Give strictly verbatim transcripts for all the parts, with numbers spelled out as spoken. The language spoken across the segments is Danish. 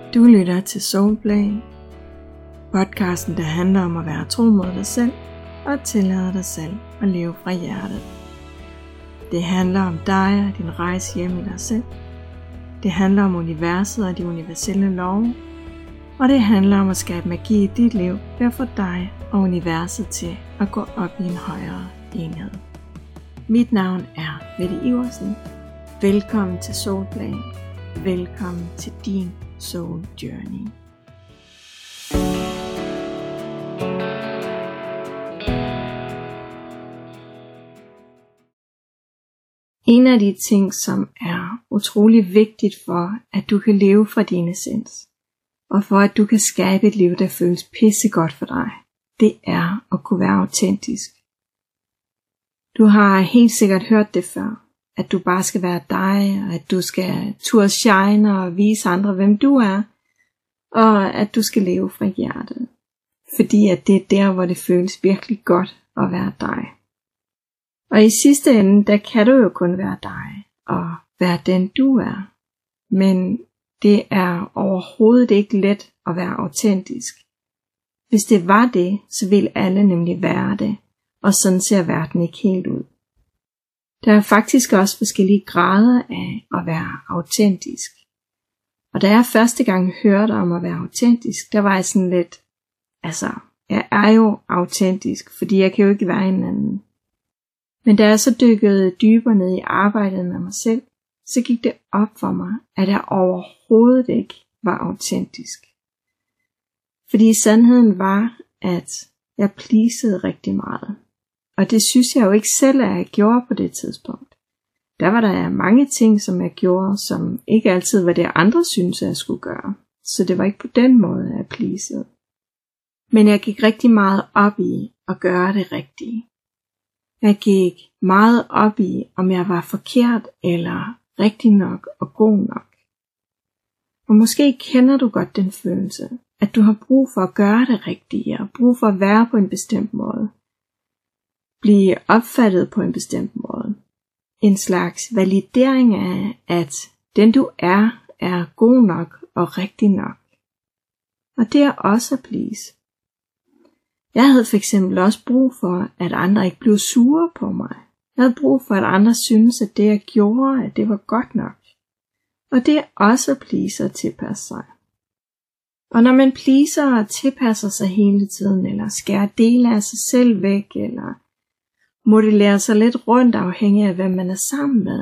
Du lytter til Soulplay, podcasten der handler om at være tro mod dig selv og tillade dig selv at leve fra hjertet. Det handler om dig og din rejse hjem i dig selv. Det handler om universet og de universelle love. Og det handler om at skabe magi i dit liv ved at få dig og universet til at gå op i en højere enhed. Mit navn er Mette Iversen. Velkommen til Soulplay. Velkommen til din Soul Journey. En af de ting, som er utrolig vigtigt for, at du kan leve fra din essens, og for at du kan skabe et liv, der føles pissegodt for dig, det er at kunne være autentisk. Du har helt sikkert hørt det før, at du bare skal være dig, og at du skal turde shine og vise andre, hvem du er, og at du skal leve fra hjertet. Fordi at det er der, hvor det føles virkelig godt at være dig. Og i sidste ende, der kan du jo kun være dig, og være den du er. Men det er overhovedet ikke let at være autentisk. Hvis det var det, så ville alle nemlig være det, og sådan ser verden ikke helt ud. Der er faktisk også forskellige grader af at være autentisk. Og da jeg første gang hørte om at være autentisk, der var jeg sådan lidt, altså, jeg er jo autentisk, fordi jeg kan jo ikke være en anden. Men da jeg så dykkede dybere ned i arbejdet med mig selv, så gik det op for mig, at jeg overhovedet ikke var autentisk. Fordi sandheden var, at jeg pleasede rigtig meget. Og det synes jeg jo ikke selv, at jeg gjorde på det tidspunkt. Der var der mange ting, som jeg gjorde, som ikke altid var det, andre syntes, at jeg skulle gøre. Så det var ikke på den måde, at jeg pleasede. Men jeg gik rigtig meget op i at gøre det rigtige. Jeg gik meget op i, om jeg var forkert eller rigtig nok og god nok. Og måske kender du godt den følelse, at du har brug for at gøre det rigtige, og brug for at være på en bestemt måde. Blive opfattet på en bestemt måde. En slags validering af, at den du er, er god nok og rigtig nok. Og det er også at please. Jeg havde for eksempel også brug for, at andre ikke blev sure på mig. Jeg havde brug for, at andre synes, at det jeg gjorde, at det var godt nok. Og det er også at please og tilpasse sig. Og når man pleaser og tilpasser sig hele tiden, eller skærer dele af sig selv væk, eller modellerer sig lidt rundt afhængig af, hvem man er sammen med,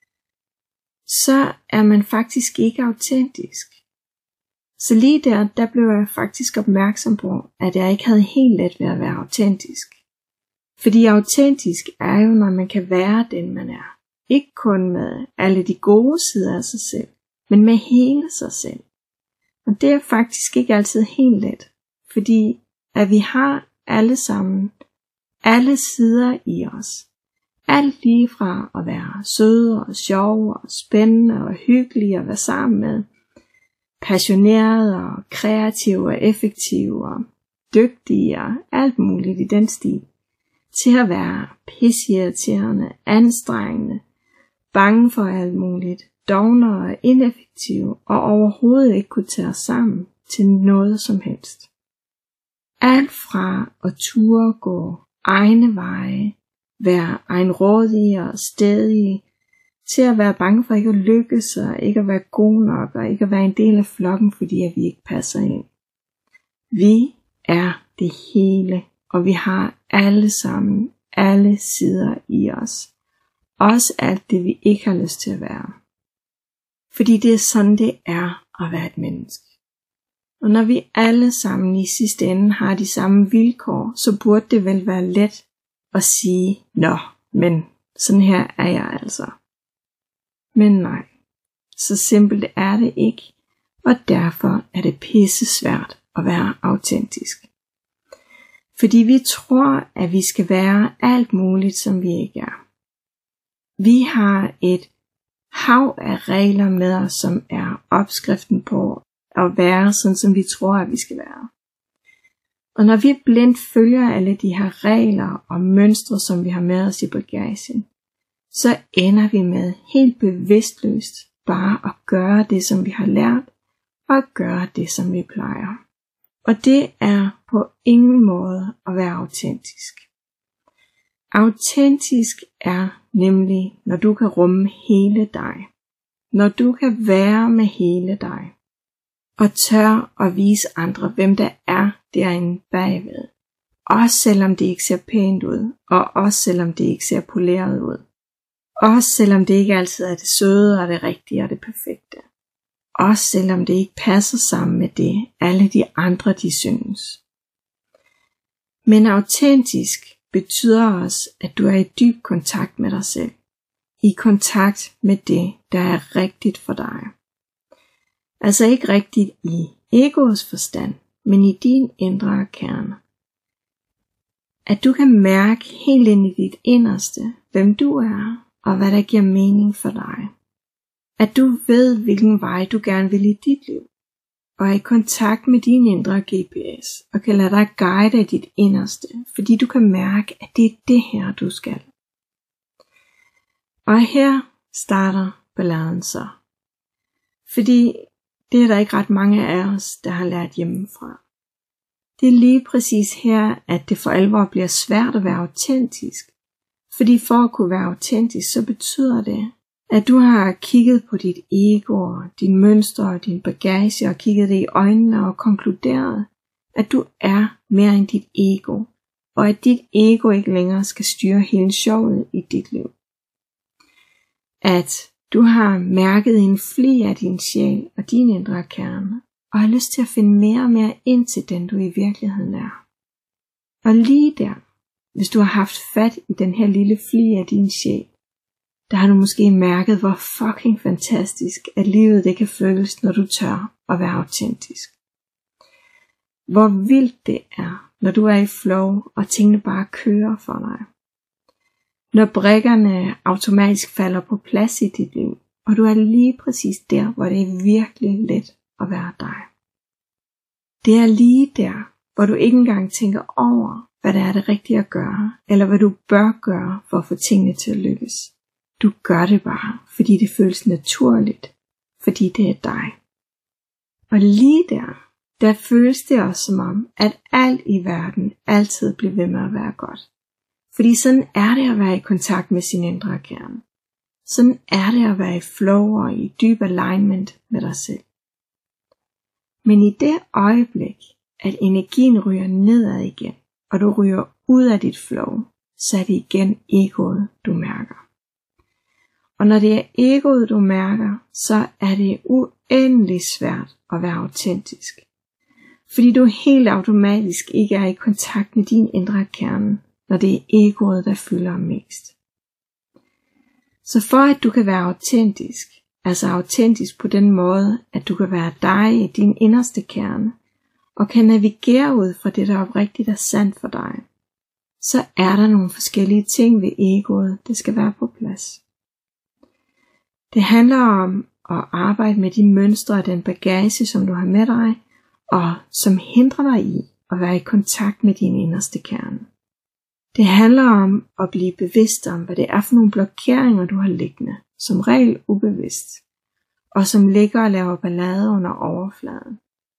så er man faktisk ikke autentisk. Så lige der, der blev jeg faktisk opmærksom på, at jeg ikke havde helt let ved at være autentisk. Fordi autentisk er jo, når man kan være den man er. Ikke kun med alle de gode sider af sig selv, men med hele sig selv. Og det er faktisk ikke altid helt let, fordi at vi har alle sammen alle sider i os. Alt lige fra at være søde og sjove og spændende og hyggelige at være sammen med, passionerede og kreative og effektive og dygtige og alt muligt i den stil, til at være pisseirriterende, anstrengende, bange for alt muligt, dovne og ineffektive og overhovedet ikke kunne tage os sammen til noget som helst. Alt fra at ture gå egne veje, være egenrådige og stædige, til at være bange for ikke at lykkes og ikke at være god nok og ikke at være en del af flokken, fordi at vi ikke passer ind. Vi er det hele, og vi har alle sammen alle sider i os. Også alt det vi ikke har lyst til at være. Fordi det er sådan det er at være et menneske. Og når vi alle sammen i sidste ende har de samme vilkår, så burde det vel være let at sige, nå, men sådan her er jeg altså. Men nej, så simpelt er det ikke, og derfor er det pisse svært at være autentisk. Fordi vi tror, at vi skal være alt muligt, som vi ikke er. Vi har et hav af regler med os, som er opskriften på at være sådan, som vi tror, at vi skal være. Og når vi blindt følger alle de her regler og mønstre, som vi har med os i bagagen, så ender vi med helt bevidstløst bare at gøre det, som vi har lært, og gøre det, som vi plejer. Og det er på ingen måde at være autentisk. Autentisk er nemlig, når du kan rumme hele dig. Når du kan være med hele dig. Og tør at vise andre, hvem der er derinde bagved. Også selvom det ikke ser pænt ud, og også selvom det ikke ser poleret ud. Også selvom det ikke altid er det søde og det rigtige og det perfekte. Også selvom det ikke passer sammen med det, alle de andre de synes. Men autentisk betyder også, at du er i dyb kontakt med dig selv. I kontakt med det, der er rigtigt for dig. Altså ikke rigtigt i egoets forstand, men i din indre kerne. At du kan mærke helt ind i dit inderste, hvem du er, og hvad der giver mening for dig. At du ved, hvilken vej du gerne vil i dit liv, og er i kontakt med din indre G P S, og kan lade dig guide af dit inderste, fordi du kan mærke, at det er det her, du skal. Og her starter balladen så. Fordi det er der ikke ret mange af os, der har lært hjemmefra. Det er lige præcis her, at det for alvor bliver svært at være autentisk. Fordi for at kunne være autentisk, så betyder det, at du har kigget på dit ego og dine mønstre og din bagage og kigget det i øjnene og konkluderet, at du er mere end dit ego, og at dit ego ikke længere skal styre hele showet i dit liv. At du har mærket en fli af din sjæl og din indre kerne, og har lyst til at finde mere og mere ind til den du i virkeligheden er. Og lige der, hvis du har haft fat i den her lille fli af din sjæl, der har du måske mærket, hvor fucking fantastisk, at livet det kan føles, når du tør at være autentisk. Hvor vildt det er, når du er i flow, og tingene bare kører for dig. Når brikkerne automatisk falder på plads i dit liv, og du er lige præcis der, hvor det er virkelig let at være dig. Det er lige der, hvor du ikke engang tænker over, hvad det er det rigtige at gøre, eller hvad du bør gøre for at få tingene til at lykkes. Du gør det bare, fordi det føles naturligt, fordi det er dig. Og lige der, der føles det også som om, at alt i verden altid bliver ved med at være godt. Fordi sådan er det at være i kontakt med sin indre kerne. Sådan er det at være i flow og i dyb alignment med dig selv. Men i det øjeblik, at energien ryger nedad igen, og du ryger ud af dit flow, så er det igen egoet, du mærker. Og når det er egoet, du mærker, så er det uendelig svært at være autentisk. Fordi du helt automatisk ikke er i kontakt med din indre kerne, når det er egoet, der fylder mest. Så for at du kan være autentisk, altså autentisk på den måde, at du kan være dig i din inderste kerne, og kan navigere ud fra det, der oprigtigt er sandt for dig, så er der nogle forskellige ting ved egoet, der skal være på plads. Det handler om at arbejde med de mønstre og den bagage, som du har med dig, og som hindrer dig i at være i kontakt med din inderste kerne. Det handler om at blive bevidst om, hvad det er for nogle blokeringer, du har liggende, som regel ubevidst, og som ligger og laver ballade under overfladen.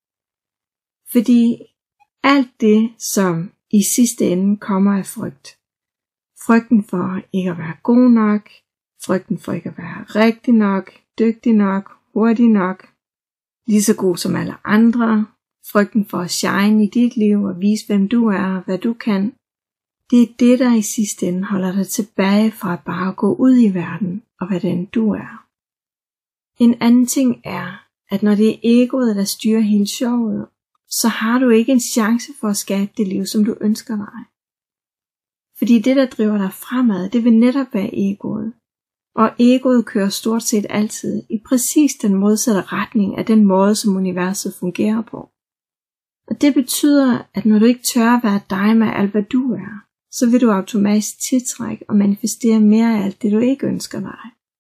Fordi alt det, som i sidste ende kommer af frygt, frygten for ikke at være god nok, frygten for ikke at være rigtig nok, dygtig nok, hurtig nok, lige så god som alle andre, frygten for at shine i dit liv og vise hvem du er og hvad du kan, det er det, der i sidste ende holder dig tilbage fra bare at gå ud i verden og hvad den du er. En anden ting er, at når det er egoet, der styrer hele showet, så har du ikke en chance for at skabe det liv, som du ønsker dig. Fordi det, der driver dig fremad, det vil netop være egoet. Og egoet kører stort set altid i præcis den modsatte retning af den måde, som universet fungerer på. Og det betyder, at når du ikke tør at være dig med alt, hvad du er, så vil du automatisk tiltrække og manifestere mere af alt det, du ikke ønsker dig.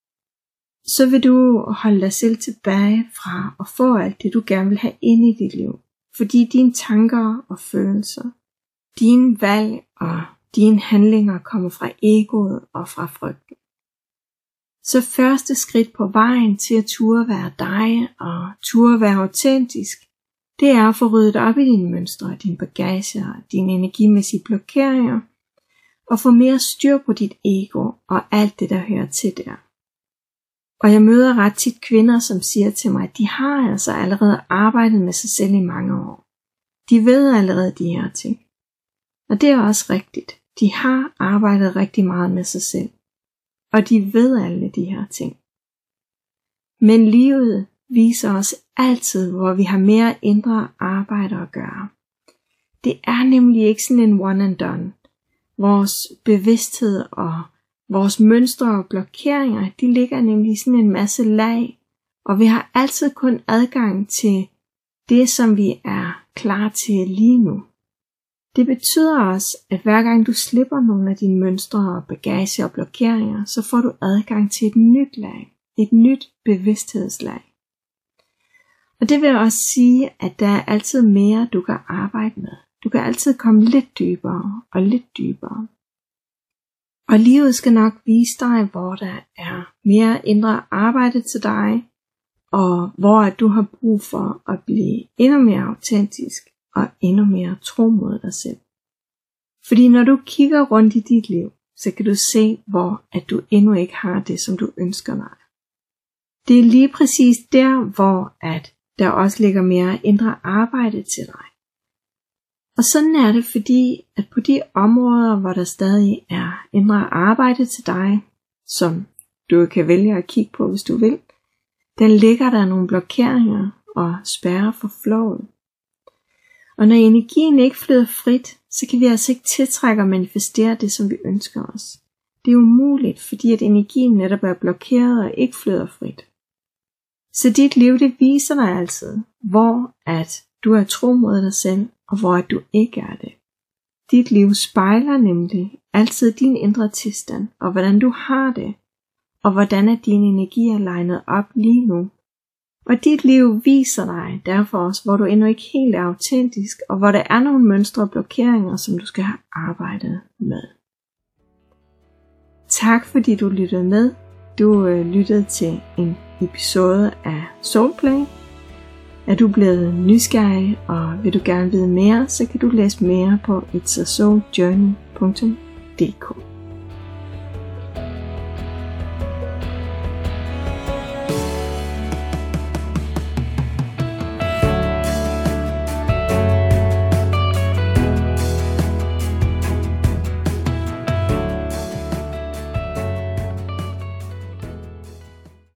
Så vil du holde dig selv tilbage fra at få alt det, du gerne vil have ind i dit liv. Fordi dine tanker og følelser, dine valg og dine handlinger kommer fra egoet og fra frygten. Så første skridt på vejen til at turde være dig og turde være autentisk, det er at få ryddet op i dine mønstre, dine bagage og dine energimæssige blokeringer, og få mere styr på dit ego og alt det, der hører til der. Og jeg møder ret tit kvinder, som siger til mig, at de har altså allerede arbejdet med sig selv i mange år. De ved allerede de her ting. Og det er også rigtigt. De har arbejdet rigtig meget med sig selv. Og de ved alle de her ting. Men livet viser os altid, hvor vi har mere indre arbejde at gøre. Det er nemlig ikke sådan en one and done. Vores bevidsthed og vores mønstre og blokeringer, de ligger nemlig i sådan en masse lag. Og vi har altid kun adgang til det, som vi er klar til lige nu. Det betyder også, at hver gang du slipper nogle af dine mønstre og bagage og blokeringer, så får du adgang til et nyt lag, et nyt bevidsthedslag. Og det vil også sige, at der er altid mere, du kan arbejde med. Du kan altid komme lidt dybere og lidt dybere. Og livet skal nok vise dig, hvor der er mere indre arbejde til dig, og hvor du har brug for at blive endnu mere autentisk og endnu mere tro mod dig selv. Fordi når du kigger rundt i dit liv, så kan du se, hvor at du endnu ikke har det, som du ønsker dig. Det er lige præcis der, hvor at der også ligger mere indre arbejde til dig. Og sådan er det, fordi at på de områder, hvor der stadig er indre arbejde til dig, som du kan vælge at kigge på, hvis du vil, der ligger der nogle blokeringer og spærrer for flowet. Og når energien ikke flyder frit, så kan vi altså ikke tiltrække og manifestere det, som vi ønsker os. Det er umuligt, fordi at energien netop er blokeret og ikke flyder frit. Så dit liv, det viser dig altid, hvor at du er tro mod dig selv, og hvor at du ikke er det. Dit liv spejler nemlig altid din indre tilstand, og hvordan du har det, og hvordan at din energi er legnet op lige nu. Og dit liv viser dig derfor også, hvor du endnu ikke helt er autentisk, og hvor der er nogle mønstre og blokeringer, som du skal have arbejdet med. Tak fordi du lyttede med. Du øh, lyttede til en episode af Soulplay. Er du blevet nysgerrig, og vil du gerne vide mere, så kan du læse mere på its a soul journey punktum d k.